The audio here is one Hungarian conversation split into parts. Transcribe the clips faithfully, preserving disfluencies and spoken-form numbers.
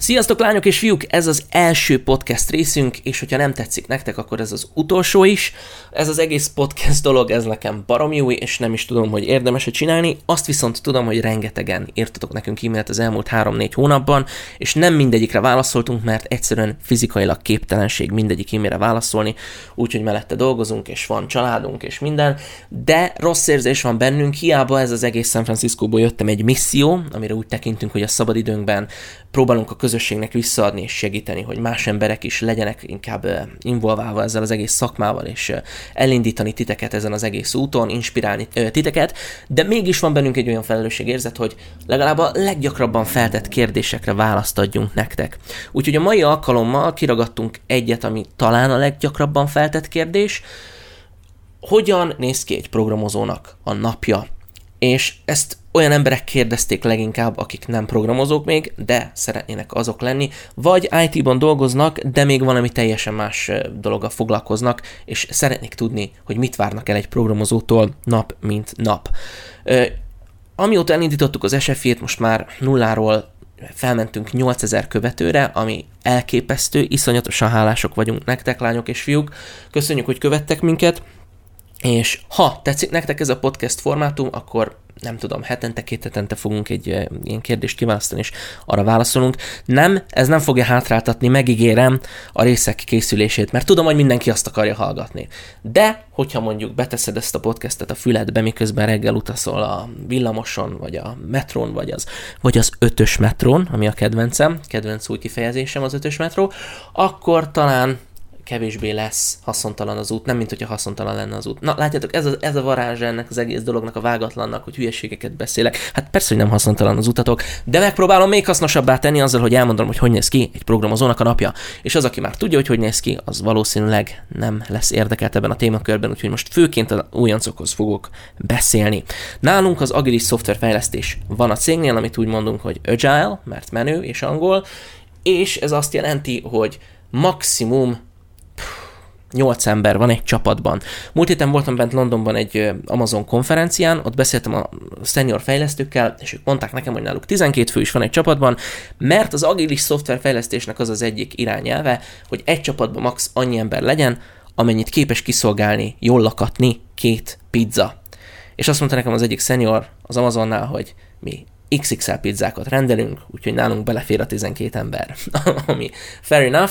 Sziasztok lányok és fiúk, ez az első podcast részünk, és hogyha nem tetszik nektek, akkor ez az utolsó is. Ez az egész podcast dolog, ez nekem baromi új, és nem is tudom, hogy érdemes-e csinálni. Azt viszont tudom, hogy rengetegen írtatok nekünk e-mailt az elmúlt három-négy hónapban, és nem mindegyikre válaszoltunk, mert egyszerűen fizikailag képtelenség mindegyik e-mailre válaszolni, úgyhogy mellette dolgozunk, és van családunk, és minden, de rossz érzés van bennünk, hiába ez az egész San Franciscóból jöttem egy misszió, amire úgy tekintünk, hogy a szabadidőnkben próbálunk a közösségnek visszaadni és segíteni, hogy más emberek is legyenek inkább involválva ezzel az egész szakmával, és elindítani titeket ezen az egész úton, inspirálni titeket, de mégis van bennünk egy olyan felelősségérzet, hogy legalább a leggyakrabban feltett kérdésekre választ adjunk nektek. Úgyhogy a mai alkalommal kiragadtunk egyet, ami talán a leggyakrabban feltett kérdés: hogyan néz ki egy programozónak a napja? És ezt olyan emberek kérdezték leginkább, akik nem programozók még, de szeretnének azok lenni, vagy í té-ban dolgoznak, de még valami teljesen más dologgal foglalkoznak, és szeretnék tudni, hogy mit várnak el egy programozótól nap, mint nap. Amióta elindítottuk az es ef i-t, most már nulláról felmentünk nyolcezer követőre, ami elképesztő, iszonyatosan hálások vagyunk nektek, lányok és fiúk. Köszönjük, hogy követtek minket. És ha tetszik nektek ez a podcast formátum, akkor nem tudom, hetente, két hetente fogunk egy e, ilyen kérdést kiválasztani, és arra válaszolunk. Nem, ez nem fogja hátráltatni, megígérem, a részek készülését, mert tudom, hogy mindenki azt akarja hallgatni. De, hogyha mondjuk beteszed ezt a podcastet a füledbe, miközben reggel utazol a villamoson, vagy a metrón, vagy az, vagy az ötös metrón, ami a kedvencem, kedvenc új kifejezésem az ötös metró, akkor talán kevésbé lesz haszontalan az út, nem mint hogyha haszontalan lenne az út. Na, látjátok, ez a, ez a varázs ennek az egész dolognak, a vágatlannak, hogy hülyeségeket beszélek. Hát persze, hogy nem haszontalan az utatok, de megpróbálom még hasznosabbá tenni azzal, hogy elmondom, hogy hogy néz ki egy programozónak a napja. És az, aki már tudja, hogy hogy néz ki, az valószínűleg nem lesz érdekelt ebben a témakörben, úgyhogy most főként az újoncokhoz fogok beszélni. Nálunk az agilis szoftverfejlesztés van a cégnél, amit úgy mondunk, hogy agile, mert menő és angol, és ez azt jelenti, hogy maximum nyolc ember van egy csapatban. Múlt héten voltam bent Londonban egy Amazon konferencián, ott beszéltem a senior fejlesztőkkel, és ők mondták nekem, hogy náluk tizenkét fő is van egy csapatban, mert az agilis szoftverfejlesztésnek az az egyik irányelve, hogy egy csapatban max annyi ember legyen, amennyit képes kiszolgálni, jól lakatni két pizza. És azt mondta nekem az egyik senior az Amazonnál, hogy mi iksz iksz el pizzákat rendelünk, úgyhogy nálunk belefér a tizenkét ember, ami fair enough.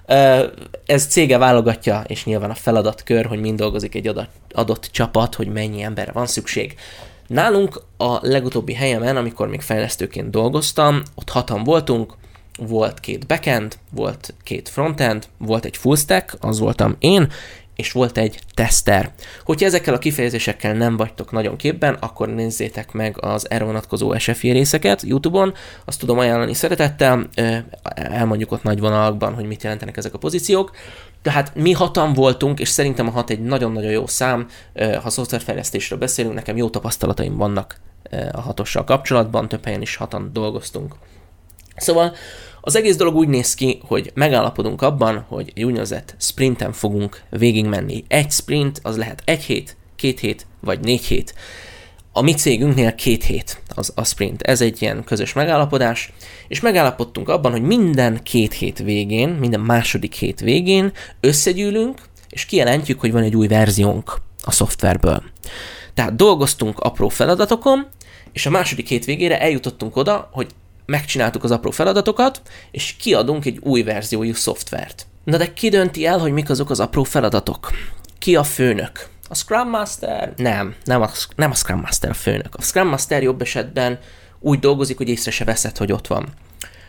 Ez cége válogatja, és nyilván a feladatkör, hogy mind dolgozik egy adott, adott csapat, hogy mennyi emberre van szükség. Nálunk a legutóbbi helyemen, amikor még fejlesztőként dolgoztam, ott hatan voltunk, volt két backend, volt két frontend, volt egy full stack, az voltam én, és volt egy teszter. Hogyha ezekkel a kifejezésekkel nem vagytok nagyon képben, akkor nézzétek meg az erre vonatkozó es ef i részeket YouTube-on, azt tudom ajánlani szeretettel, elmondjuk ott nagy vonalakban, hogy mit jelentenek ezek a pozíciók. Tehát mi hatan voltunk, és szerintem a hat egy nagyon-nagyon jó szám, ha szoftverfejlesztésről beszélünk, nekem jó tapasztalataim vannak a hatossal kapcsolatban, több helyen is hatan dolgoztunk. Szóval az egész dolog úgy néz ki, hogy megállapodunk abban, hogy egy úgynevezett sprinten fogunk végigmenni. Egy sprint az lehet egy hét, két hét vagy négy hét. A mi cégünknél két hét az a sprint. Ez egy ilyen közös megállapodás, és megállapodtunk abban, hogy minden két hét végén, minden második hét végén összegyűlünk, és kijelentjük, hogy van egy új verziónk a szoftverből. Tehát dolgoztunk apró feladatokon, és a második hét végére eljutottunk oda, hogy megcsináltuk az apró feladatokat, és kiadunk egy új verziójú szoftvert. Na de ki dönti el, hogy mik azok az apró feladatok? Ki a főnök? A Scrum Master? Nem, nem a, nem a Scrum Master a főnök. A Scrum Master jobb esetben úgy dolgozik, hogy észre se veszed, hogy ott van.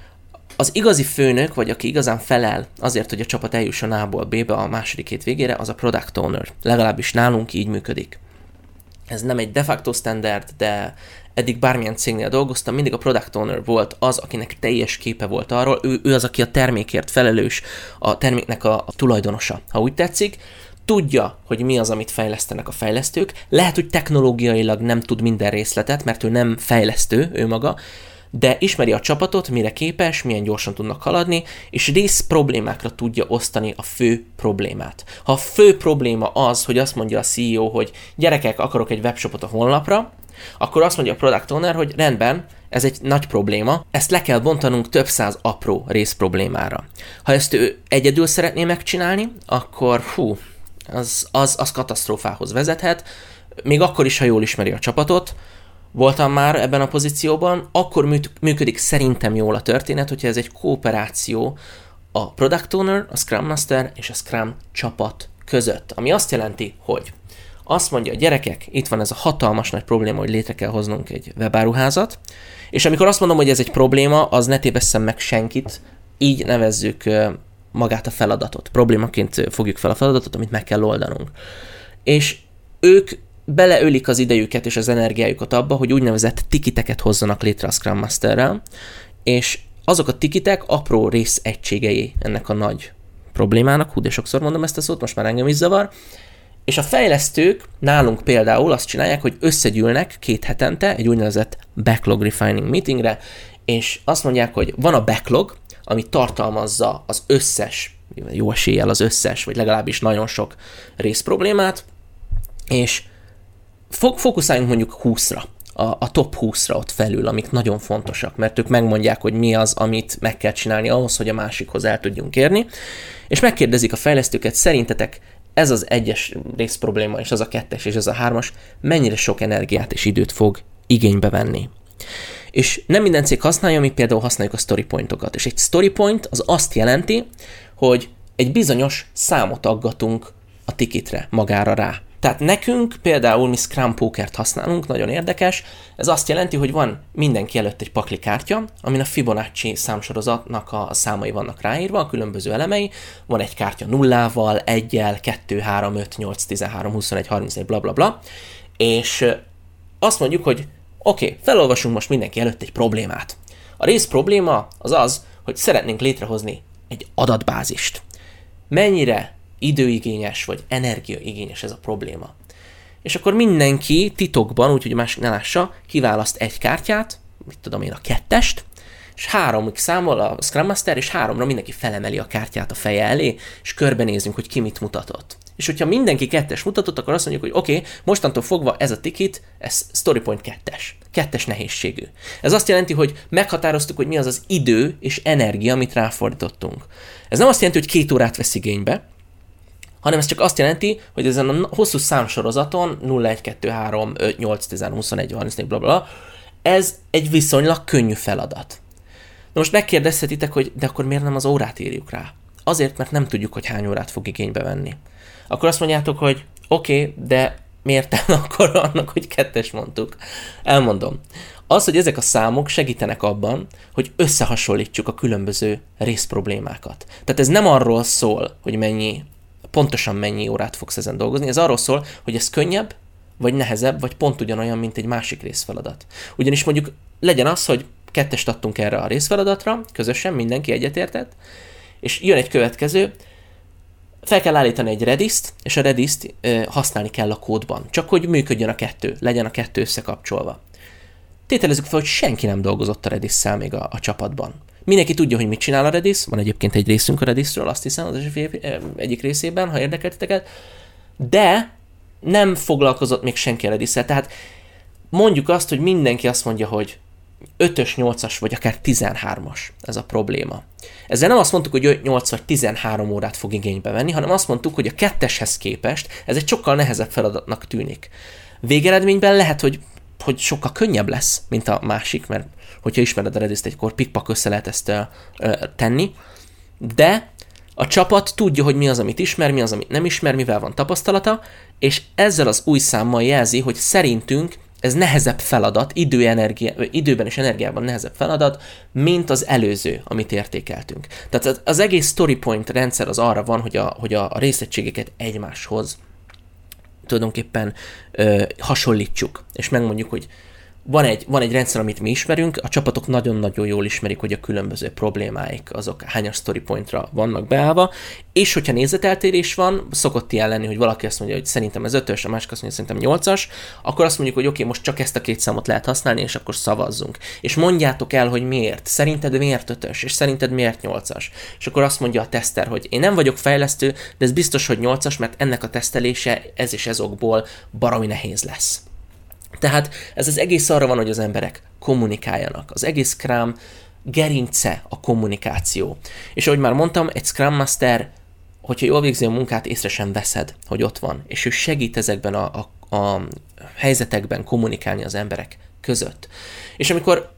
Az igazi főnök, vagy aki igazán felel azért, hogy a csapat eljusson A-ból B-be a második hét végére, az a Product Owner. Legalábbis nálunk így működik. Ez nem egy de facto standard, de eddig bármilyen cégnél dolgoztam, mindig a Product Owner volt az, akinek teljes képe volt arról, ő, ő az, aki a termékért felelős, a terméknek a, a tulajdonosa, ha úgy tetszik. Tudja, hogy mi az, amit fejlesztenek a fejlesztők. Lehet, hogy technológiailag nem tud minden részletet, mert ő nem fejlesztő, ő maga, de ismeri a csapatot, mire képes, milyen gyorsan tudnak haladni, és rész problémákra tudja osztani a fő problémát. Ha a fő probléma az, hogy azt mondja a cé e o, hogy gyerekek, akarok egy webshopot a honlapra, akkor azt mondja a product owner, hogy rendben, ez egy nagy probléma, ezt le kell bontanunk több száz apró rész problémára. Ha ezt ő egyedül szeretné megcsinálni, akkor hú, az, az, az katasztrófához vezethet, még akkor is, ha jól ismeri a csapatot. Voltam már ebben a pozícióban, akkor működik szerintem jól a történet, hogyha ez egy kooperáció a product owner, a Scrum Master és a Scrum csapat között. Ami azt jelenti, hogy azt mondja, gyerekek, itt van ez a hatalmas nagy probléma, hogy létre kell hoznunk egy webáruházat, és amikor azt mondom, hogy ez egy probléma, az ne tévesszem meg senkit, így nevezzük magát a feladatot. Problémaként fogjuk fel a feladatot, amit meg kell oldanunk. És ők beleölik az idejüket és az energiájukat abba, hogy úgynevezett tikiteket hozzanak létre a Scrum Masterrel, és azok a tikitek apró részegységei ennek a nagy problémának, hú, de sokszor mondom ezt a szót, most már engem is zavar, és a fejlesztők nálunk például azt csinálják, hogy összegyűlnek két hetente egy úgynevezett backlog refining meetingre, és azt mondják, hogy van a backlog, ami tartalmazza az összes, jó eséllyel az összes, vagy legalábbis nagyon sok rész problémát, és fókuszáljunk mondjuk húszra, a, a top húszra ott felül, amik nagyon fontosak, mert ők megmondják, hogy mi az, amit meg kell csinálni ahhoz, hogy a másikhoz el tudjunk érni, és megkérdezik a fejlesztőket, szerintetek ez az egyes rész probléma, és az a kettes, és ez a hármas, mennyire sok energiát és időt fog igénybe venni. És nem minden cég használja, mi például használjuk a story pointokat, és egy story point az azt jelenti, hogy egy bizonyos számot aggatunk a tikitre, magára rá. Tehát nekünk például mi Scrum Pokert használunk, nagyon érdekes, ez azt jelenti, hogy van mindenki előtt egy paklikártya, amin a Fibonacci számsorozatnak a számai vannak ráírva, a különböző elemei, van egy kártya nullával, egyel, kettő, három, öt, nyolc, tizenhárom, huszonegy, harmincnégy, bla bla bla, és azt mondjuk, hogy oké, okay, felolvasunk most mindenki előtt egy problémát. A rész probléma az az, hogy szeretnénk létrehozni egy adatbázist. Mennyire időigényes vagy energiaigényes ez a probléma. És akkor mindenki titokban, úgyhogy a másik ne lássa, kiválaszt egy kártyát, mit tudom én, a kettest, és háromig számol a Scrum Master, és háromra mindenki felemeli a kártyát a feje elé, és körbenézünk, hogy ki mit mutatott. És hogyha mindenki kettes mutatott, akkor azt mondjuk, hogy oké, okay, mostantól fogva ez a tikit, ez storypoint kettes. Kettes nehézségű. Ez azt jelenti, hogy meghatároztuk, hogy mi az az idő és energia, amit ráfordítottunk. Ez nem azt jelenti, hogy két órát vesz igénybe, hanem ez csak azt jelenti, hogy ezen a hosszú számsorozaton nulla, egy, kettő, három, öt, nyolc, tizenhárom, huszonegy, harmincnégy, bla bla, ez egy viszonylag könnyű feladat. Na most megkérdezhetitek, hogy de akkor miért nem az órát írjuk rá? Azért, mert nem tudjuk, hogy hány órát fog igénybe venni. Akkor azt mondjátok, hogy oké, okay, de miért akkor annak, hogy kettes mondtuk? Elmondom. Az, hogy ezek a számok segítenek abban, hogy összehasonlítsuk a különböző részproblémákat. Tehát ez nem arról szól, hogy mennyi, pontosan mennyi órát fogsz ezen dolgozni, ez arról szól, hogy ez könnyebb, vagy nehezebb, vagy pont ugyanolyan, mint egy másik részfeladat. Ugyanis mondjuk legyen az, hogy kettest adtunk erre a részfeladatra, közösen mindenki egyetértett, és jön egy következő, fel kell állítani egy Redist, és a Redist e, használni kell a kódban, csak hogy működjön a kettő, legyen a kettő összekapcsolva. Tételezzük fel, hogy senki nem dolgozott a Redisszel még a, a csapatban. Mindenki tudja, hogy mit csinál a Redis, van egyébként egy részünk a Redisről, azt hiszem, az egyik részében, ha érdekel titeket, de nem foglalkozott még senki a Redisszel. Tehát mondjuk azt, hogy mindenki azt mondja, hogy ötös, nyolcas vagy akár tizenhármas ez a probléma. Ezzel nem azt mondtuk, hogy öt, nyolc vagy tizenhárom órát fog igénybe venni, hanem azt mondtuk, hogy a ketteshez képest ez egy sokkal nehezebb feladatnak tűnik. Végeredményben lehet, hogy, hogy sokkal könnyebb lesz, mint a másik, mert hogyha ismered a Redist egykor, pikpak össze lehet ezt uh, uh, tenni, de a csapat tudja, hogy mi az, amit ismer, mi az, amit nem ismer, mivel van tapasztalata, és ezzel az új számmal jelzi, hogy szerintünk ez nehezebb feladat, idő, energia, időben és energiában nehezebb feladat, mint az előző, amit értékeltünk. Tehát az egész storypoint rendszer az arra van, hogy a, hogy a részegységeket egymáshoz tulajdonképpen ö, hasonlítsuk, és megmondjuk, hogy van egy, van egy rendszer, amit mi ismerünk, a csapatok nagyon-nagyon jól ismerik, hogy a különböző problémáik azok hányas storypointra vannak beállva, és hogyha nézeteltérés van, szokott ilyen lenni, hogy valaki azt mondja, hogy szerintem ez ötös, a másik azt mondja, hogy szerintem nyolcas, akkor azt mondjuk, hogy oké, okay, most csak ezt a két számot lehet használni, és akkor szavazzunk. És mondjátok el, hogy miért. Szerinted miért ötös, és szerinted miért nyolcas. És akkor azt mondja a teszter, hogy én nem vagyok fejlesztő, de ez biztos, hogy nyolcas, mert ennek a tesztelése ez és ez okból baromi nehéz lesz. Tehát ez az egész arra van, hogy az emberek kommunikáljanak. Az egész Scrum gerince a kommunikáció. És ahogy már mondtam, egy Scrum Master, hogyha jól végzi a munkát, észre sem veszed, hogy ott van. És ő segít ezekben a, a, a helyzetekben kommunikálni az emberek között. És amikor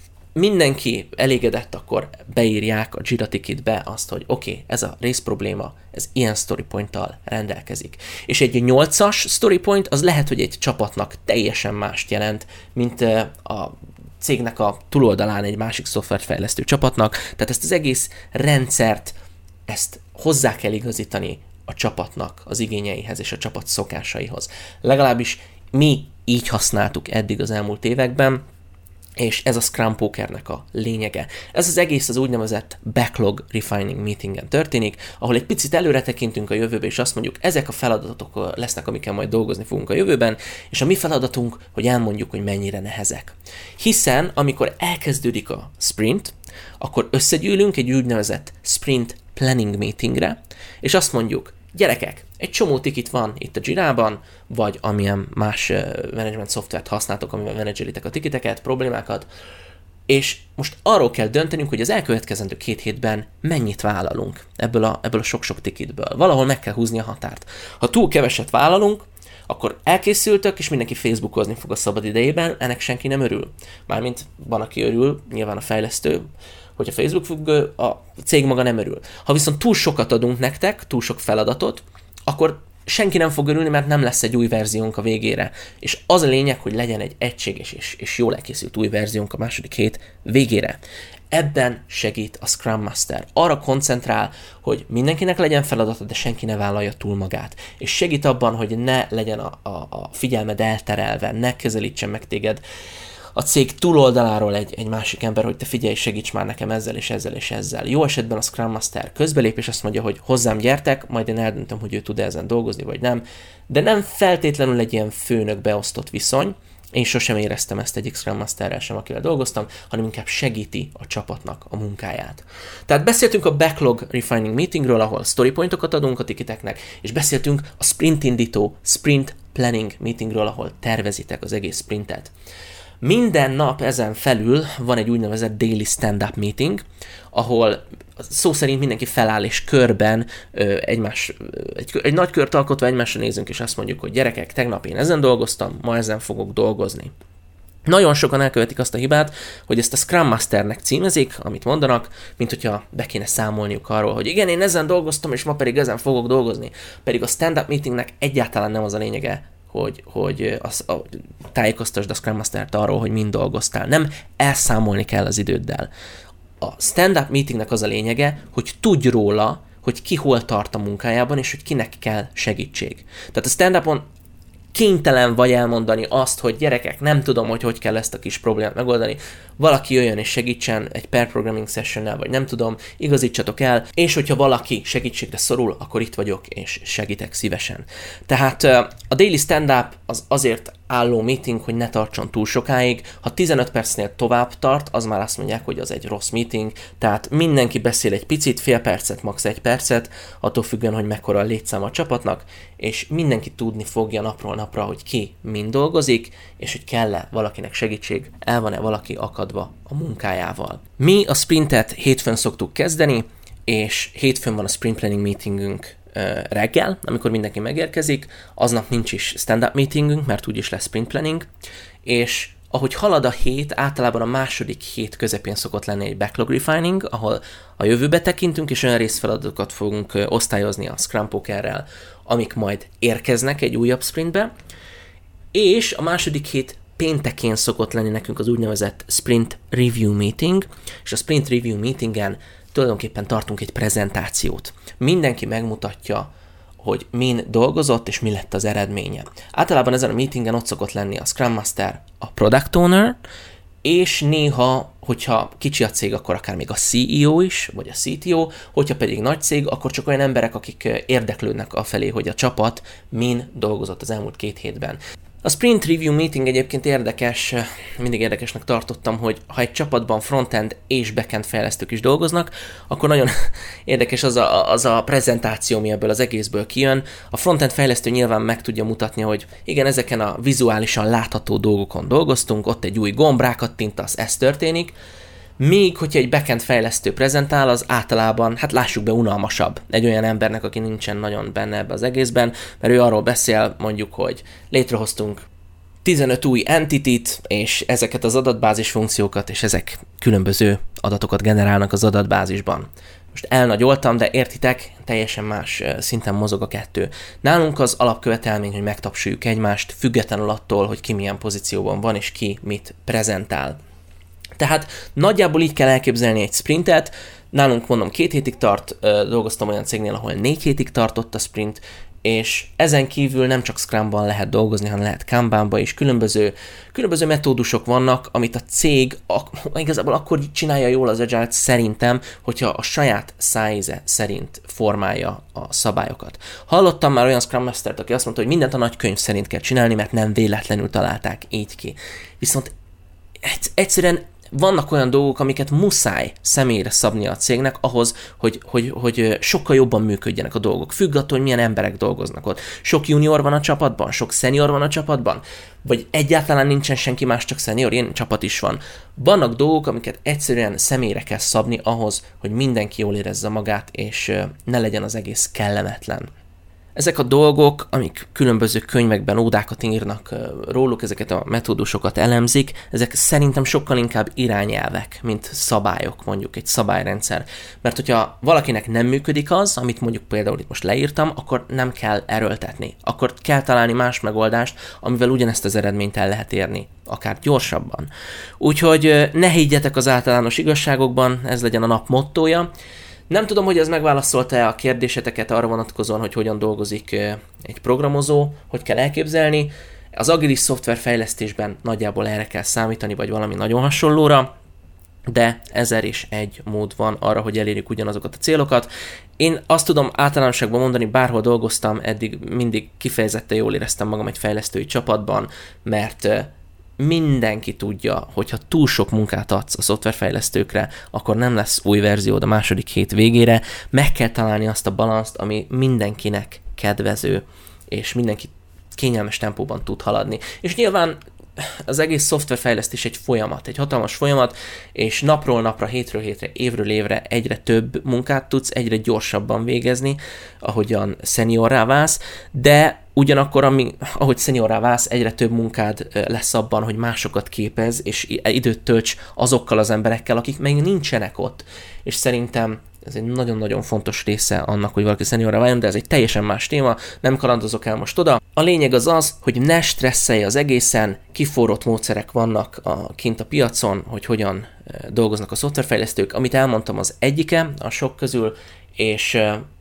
mindenki elégedett, akkor beírják a Jira ticketbe azt, hogy oké, okay, ez a rész probléma, ez ilyen story pointtal rendelkezik. És egy nyolcas story point az lehet, hogy egy csapatnak teljesen mást jelent, mint a cégnek a túloldalán egy másik szoftverfejlesztő csapatnak. Tehát ezt az egész rendszert, ezt hozzá kell igazítani a csapatnak az igényeihez és a csapat szokásaihoz. Legalábbis mi így használtuk eddig az elmúlt években, és ez a Scrum Pokernek a lényege. Ez az egész az úgynevezett Backlog Refining Meetingen történik, ahol egy picit előre tekintünk a jövőbe, és azt mondjuk, ezek a feladatok lesznek, amikkel majd dolgozni fogunk a jövőben, és a mi feladatunk, hogy elmondjuk, hogy mennyire nehezek. Hiszen, amikor elkezdődik a sprint, akkor összegyűlünk egy úgynevezett Sprint Planning Meetingre, és azt mondjuk, gyerekek, egy csomó ticket van itt a Jirában, vagy amilyen más uh, management szoftvert használtok, amivel menedzselitek a ticketeket, problémákat, és most arról kell döntenünk, hogy az elkövetkezendő két hétben mennyit vállalunk ebből a, ebből a sok-sok ticketből. Valahol meg kell húzni a határt. Ha túl keveset vállalunk, akkor elkészültök, és mindenki Facebookozni fog a szabad idejében, ennek senki nem örül. Mármint van, aki örül, nyilván a fejlesztő, hogyha Facebook függő, a cég maga nem örül. Ha viszont túl sokat adunk nektek, túl sok feladatot, akkor senki nem fog örülni, mert nem lesz egy új verziónk a végére. És az a lényeg, hogy legyen egy egységes és, és jól elkészült új verziónk a második hét végére. Ebben segít a Scrum Master. Arra koncentrál, hogy mindenkinek legyen feladata, de senki ne vállalja túl magát. És segít abban, hogy ne legyen a, a, a figyelmed elterelve, ne közelítsen meg téged a cég túloldaláról egy, egy másik ember, hogy te figyelj, segíts már nekem ezzel és ezzel és ezzel. Jó esetben a Scrum Master közbelép, és azt mondja, hogy hozzám gyertek, majd én eldöntöm, hogy ő tud ezen dolgozni, vagy nem. De nem feltétlenül egy ilyen főnök beosztott viszony. Én sosem éreztem ezt egyik Scrum Masterrel sem, akivel dolgoztam, hanem inkább segíti a csapatnak a munkáját. Tehát beszéltünk a Backlog Refining Meetingről, ahol storypointokat adunk a ticketeknek, és beszéltünk a Sprint indító, Sprint Planning Meetingről, ahol tervezitek az egész sprintet. Minden nap ezen felül van egy úgynevezett Daily Stand-Up Meeting, ahol szó szerint mindenki feláll és körben ö, egymás, egy, egy nagy kört alkotva egymásra nézünk, és azt mondjuk, hogy gyerekek, tegnap én ezen dolgoztam, ma ezen fogok dolgozni. Nagyon sokan elkövetik azt a hibát, hogy ezt a Scrum Masternek címezik, amit mondanak, mint hogyha be kéne számolniuk arról, hogy igen, én ezen dolgoztam, és ma pedig ezen fogok dolgozni. Pedig a stand-up meetingnek egyáltalán nem az a lényege, hogy, hogy az, a, tájékoztasd a Scrum Mastert arról, hogy mind dolgoztál. Nem elszámolni kell az időddel. A stand-up meetingnek az a lényege, hogy tudj róla, hogy ki hol tart a munkájában, és hogy kinek kell segítség. Tehát a stand-upon kénytelen vagy elmondani azt, hogy gyerekek, nem tudom, hogy hogy kell ezt a kis problémát megoldani, valaki jöjjön és segítsen egy pair programming sessionnel, vagy nem tudom, igazítsatok el, és hogyha valaki segítségre szorul, akkor itt vagyok, és segítek szívesen. Tehát a daily stand-up az azért álló meeting, hogy ne tartson túl sokáig. Ha tizenöt percnél tovább tart, az már azt mondják, hogy az egy rossz meeting, tehát mindenki beszél egy picit, fél percet, max. egy percet, attól függően, hogy mekkora a létszám a csapatnak, és mindenki tudni fogja napról napra, hogy ki mind dolgozik, és hogy kell-e valakinek segítség, el van-e valaki akadva a munkájával. Mi a sprintet hétfőn szoktuk kezdeni, és hétfőn van a sprint planning meetingünk reggel, amikor mindenki megérkezik, aznap nincs is stand-up meetingünk, mert úgyis lesz sprint planning, és ahogy halad a hét, általában a második hét közepén szokott lenni egy backlog refining, ahol a jövőbe tekintünk, és olyan részfeladatokat fogunk osztályozni a Scrum Pokerrel, amik majd érkeznek egy újabb sprintbe, és a második hét péntekén szokott lenni nekünk az úgynevezett sprint review meeting, és a sprint review meetingen tulajdonképpen tartunk egy prezentációt. Mindenki megmutatja, hogy min dolgozott, és mi lett az eredménye. Általában ezen a meetingen ott szokott lenni a Scrum Master, a Product Owner, és néha, hogyha kicsi a cég, akkor akár még a C E O is, vagy a C T O, hogyha pedig nagy cég, akkor csak olyan emberek, akik érdeklődnek afelé, hogy a csapat min dolgozott az elmúlt két hétben. A Sprint Review Meeting egyébként érdekes, mindig érdekesnek tartottam, hogy ha egy csapatban frontend és backend fejlesztők is dolgoznak, akkor nagyon érdekes az a, az a prezentáció, ami ebből az egészből kijön. A frontend fejlesztő nyilván meg tudja mutatni, hogy igen, ezeken a vizuálisan látható dolgokon dolgoztunk, ott egy új gomb, rákattintasz, ez történik. Míg, hogyha egy backend fejlesztő prezentál, az általában, hát lássuk be, unalmasabb egy olyan embernek, aki nincsen nagyon benne ebbe az egészben, mert ő arról beszél, mondjuk, hogy létrehoztunk tizenöt új entity-t, és ezeket az adatbázis funkciókat, és ezek különböző adatokat generálnak az adatbázisban. Most elnagyoltam, de értitek, teljesen más szinten mozog a kettő. Nálunk az alapkövetelmény, hogy megtapsoljuk egymást, függetlenül attól, hogy ki milyen pozícióban van, és ki mit prezentál. Tehát nagyjából így kell elképzelni egy sprintet. Nálunk mondom két hétig tart, dolgoztam olyan cégnél, ahol négy hétig tartott a sprint, és ezen kívül nem csak Scrumban lehet dolgozni, hanem lehet Kanbanban is. Különböző, különböző metódusok vannak, amit a cég ak- igazából akkor csinálja jól az Agile-t szerintem, hogyha a saját szájíze szerint formálja a szabályokat. Hallottam már olyan Scrum Mastert, aki azt mondta, hogy mindent a nagy könyv szerint kell csinálni, mert nem véletlenül találták így ki. Viszont egyszerűen vannak olyan dolgok, amiket muszáj személyre szabnia a cégnek ahhoz, hogy, hogy, hogy sokkal jobban működjenek a dolgok. Függ attól, hogy milyen emberek dolgoznak ott. Sok junior van a csapatban, sok senior van a csapatban, vagy egyáltalán nincsen senki más, csak senior, ilyen csapat is van. Vannak dolgok, amiket egyszerűen személyre kell szabni ahhoz, hogy mindenki jól érezze magát, és ne legyen az egész kellemetlen. Ezek a dolgok, amik különböző könyvekben ódákat írnak róluk, ezeket a metódusokat elemzik, ezek szerintem sokkal inkább irányelvek, mint szabályok, mondjuk egy szabályrendszer. Mert hogyha valakinek nem működik az, amit mondjuk például itt most leírtam, akkor nem kell erőltetni. Akkor kell találni más megoldást, amivel ugyanezt az eredményt el lehet érni, akár gyorsabban. Úgyhogy ne higgyetek az általános igazságokban, ez legyen a nap mottója. Nem tudom, hogy ez megválaszolta-e a kérdéseteket arra vonatkozóan, hogy hogyan dolgozik egy programozó, hogy kell elképzelni. Az agilis szoftverfejlesztésben nagyjából erre kell számítani, vagy valami nagyon hasonlóra, de ezer és egy mód van arra, hogy elérjük ugyanazokat a célokat. Én azt tudom általánosságban mondani, bárhol dolgoztam, eddig mindig kifejezetten jól éreztem magam egy fejlesztői csapatban, mert mindenki tudja, hogyha túl sok munkát adsz a szoftverfejlesztőkre, akkor nem lesz új verziód a második hét végére. Meg kell találni azt a balanszt, ami mindenkinek kedvező, és mindenki kényelmes tempóban tud haladni. És nyilván az egész szoftverfejlesztés egy folyamat, egy hatalmas folyamat, és napról napra, hétről hétre, évről évre egyre több munkát tudsz egyre gyorsabban végezni, ahogyan szeniorrá válsz, de ugyanakkor, ami, ahogy szeniorrá válsz, egyre több munkád lesz abban, hogy másokat képez, és időt tölts azokkal az emberekkel, akik még nincsenek ott. És szerintem ez egy nagyon-nagyon fontos része annak, hogy valaki szeniorrá váljon, de ez egy teljesen más téma, nem kalandozok el most oda. A lényeg az az, hogy ne stresszelj az egészen, kiforrott módszerek vannak a, kint a piacon, hogy hogyan dolgoznak a szoftverfejlesztők. Amit elmondtam, az egyike a sok közül, és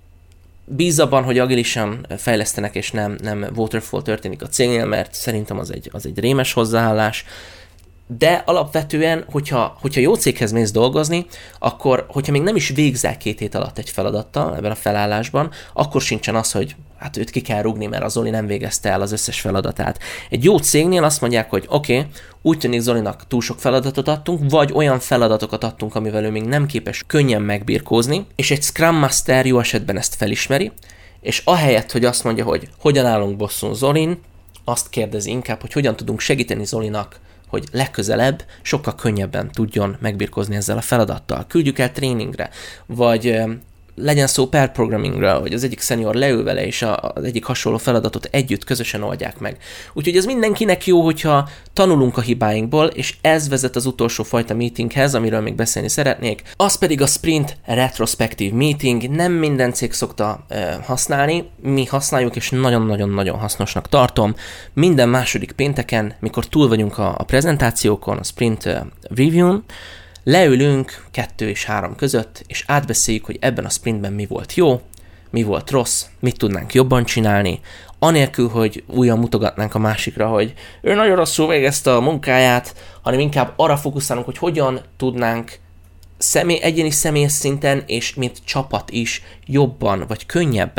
bízz abban, hogy agilisan fejlesztenek, és nem, nem waterfall történik a cégnél, mert szerintem az egy, az egy rémes hozzáállás. De alapvetően, hogyha, hogyha jó céghez mész dolgozni, akkor, hogyha még nem is végzel két hét alatt egy feladattal ebben a felállásban, akkor sincsen az, hogy hát őt ki kell rúgni, mert a Zoli nem végezte el az összes feladatát. Egy jó cégnél azt mondják, hogy oké, okay, úgy tűnik Zolinak túl sok feladatot adtunk, vagy olyan feladatokat adtunk, amivel ő még nem képes könnyen megbirkózni, és egy Scrum Master jó esetben ezt felismeri, és ahelyett, hogy azt mondja, hogy hogyan állunk bosszún Zolin, azt kérdezi inkább, hogy hogyan tudunk segíteni Zolinak, hogy legközelebb sokkal könnyebben tudjon megbirkózni ezzel a feladattal. Küldjük el tréningre, vagy legyen szó pair programmingről, hogy az egyik senior leül vele, és az egyik hasonló feladatot együtt, közösen oldják meg. Úgyhogy ez mindenkinek jó, hogyha tanulunk a hibáinkból, és ez vezet az utolsó fajta meetinghez, amiről még beszélni szeretnék. Az pedig a Sprint Retrospective Meeting. Nem minden cég szokta e, használni, mi használjuk, és nagyon-nagyon-nagyon hasznosnak tartom. Minden második pénteken, mikor túl vagyunk a, a prezentációkon, a Sprint uh, Review-n, leülünk kettő és három között, és átbeszéljük, hogy ebben a sprintben mi volt jó, mi volt rossz, mit tudnánk jobban csinálni, anélkül, hogy újra mutogatnánk a másikra, hogy ő nagyon rosszul végezte a munkáját, hanem inkább arra fókuszálunk, hogy hogyan tudnánk személy, egyéni személyes szinten, és mint csapat is jobban vagy könnyebben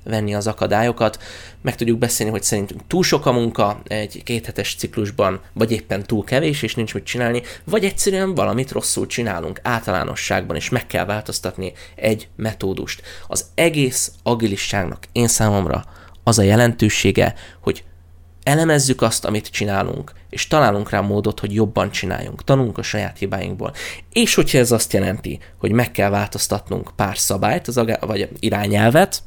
venni az akadályokat, meg tudjuk beszélni, hogy szerintünk túl sok a munka egy kéthetes ciklusban, vagy éppen túl kevés, és nincs mit csinálni, vagy egyszerűen valamit rosszul csinálunk általánosságban, és meg kell változtatni egy metódust. Az egész agilisságnak én számomra az a jelentősége, hogy elemezzük azt, amit csinálunk, és találunk rá módot, hogy jobban csináljunk, tanulunk a saját hibáinkból. És hogyha ez azt jelenti, hogy meg kell változtatnunk pár szabályt, az agá- vagy irányelvet,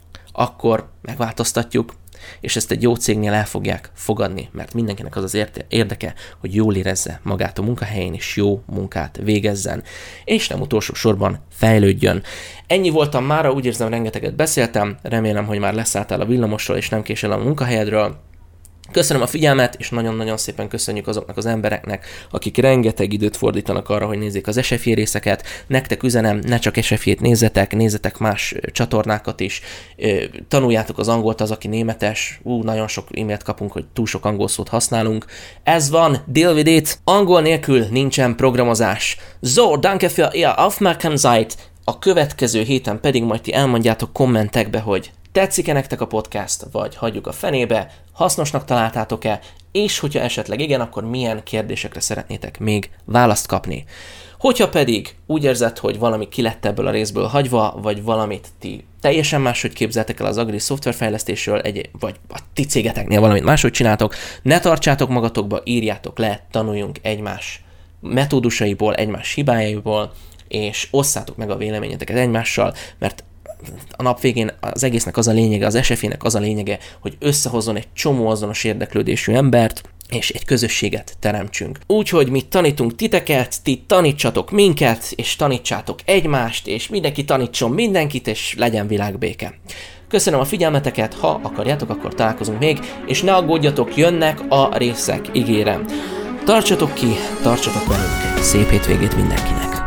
akkor megváltoztatjuk, és ezt egy jó cégnél el fogják fogadni, mert mindenkinek az az érdeke, hogy jól érezze magát a munkahelyén, és jó munkát végezzen, és nem utolsó sorban fejlődjön. Ennyi voltam mára, úgy érzem, rengeteget beszéltem, remélem, hogy már leszálltál a villamosról, és nem késel a munkahelyedről. Köszönöm a figyelmet, és nagyon-nagyon szépen köszönjük azoknak az embereknek, akik rengeteg időt fordítanak arra, hogy nézzék az es ef i részeket. Nektek üzenem, ne csak es ef i-t nézzetek, nézzetek más csatornákat is, tanuljátok az angolt, az, aki németes. Ú, nagyon sok e-mailt kapunk, hogy túl sok angol szót használunk. Ez van, deal with it. Angol nélkül nincsen programozás. So, danke für Ihr Aufmerksamkeit. A következő héten pedig majd ti elmondjátok kommentekbe, hogy tetszik-e nektek a podcast, vagy hagyjuk a fenébe, hasznosnak találtátok-e, és hogyha esetleg igen, akkor milyen kérdésekre szeretnétek még választ kapni. Hogyha pedig úgy érzed, hogy valami ki lett ebből a részből hagyva, vagy valamit ti teljesen máshogy képzeltek el az agilis szoftverfejlesztésről, egy, vagy a ti cégeteknél valamit máshogy csináltok, ne tartsátok magatokba, írjátok le, tanuljunk egymás metódusaiból, egymás hibájaiból, és osszátok meg a véleményeteket egymással, mert a nap végén az egésznek az a lényege, az es ef i-nek az a lényege, hogy összehozzon egy csomó azonos érdeklődésű embert, és egy közösséget teremtsünk. Úgyhogy mi tanítunk titeket, ti tanítsatok minket, és tanítsátok egymást, és mindenki tanítson mindenkit, és legyen világbéke. Köszönöm a figyelmeteket, ha akarjátok, akkor találkozunk még, és ne aggódjatok, jönnek a részek, ígérem. Tartsatok ki, tartsatok velünk, szép hétvégét mindenkinek!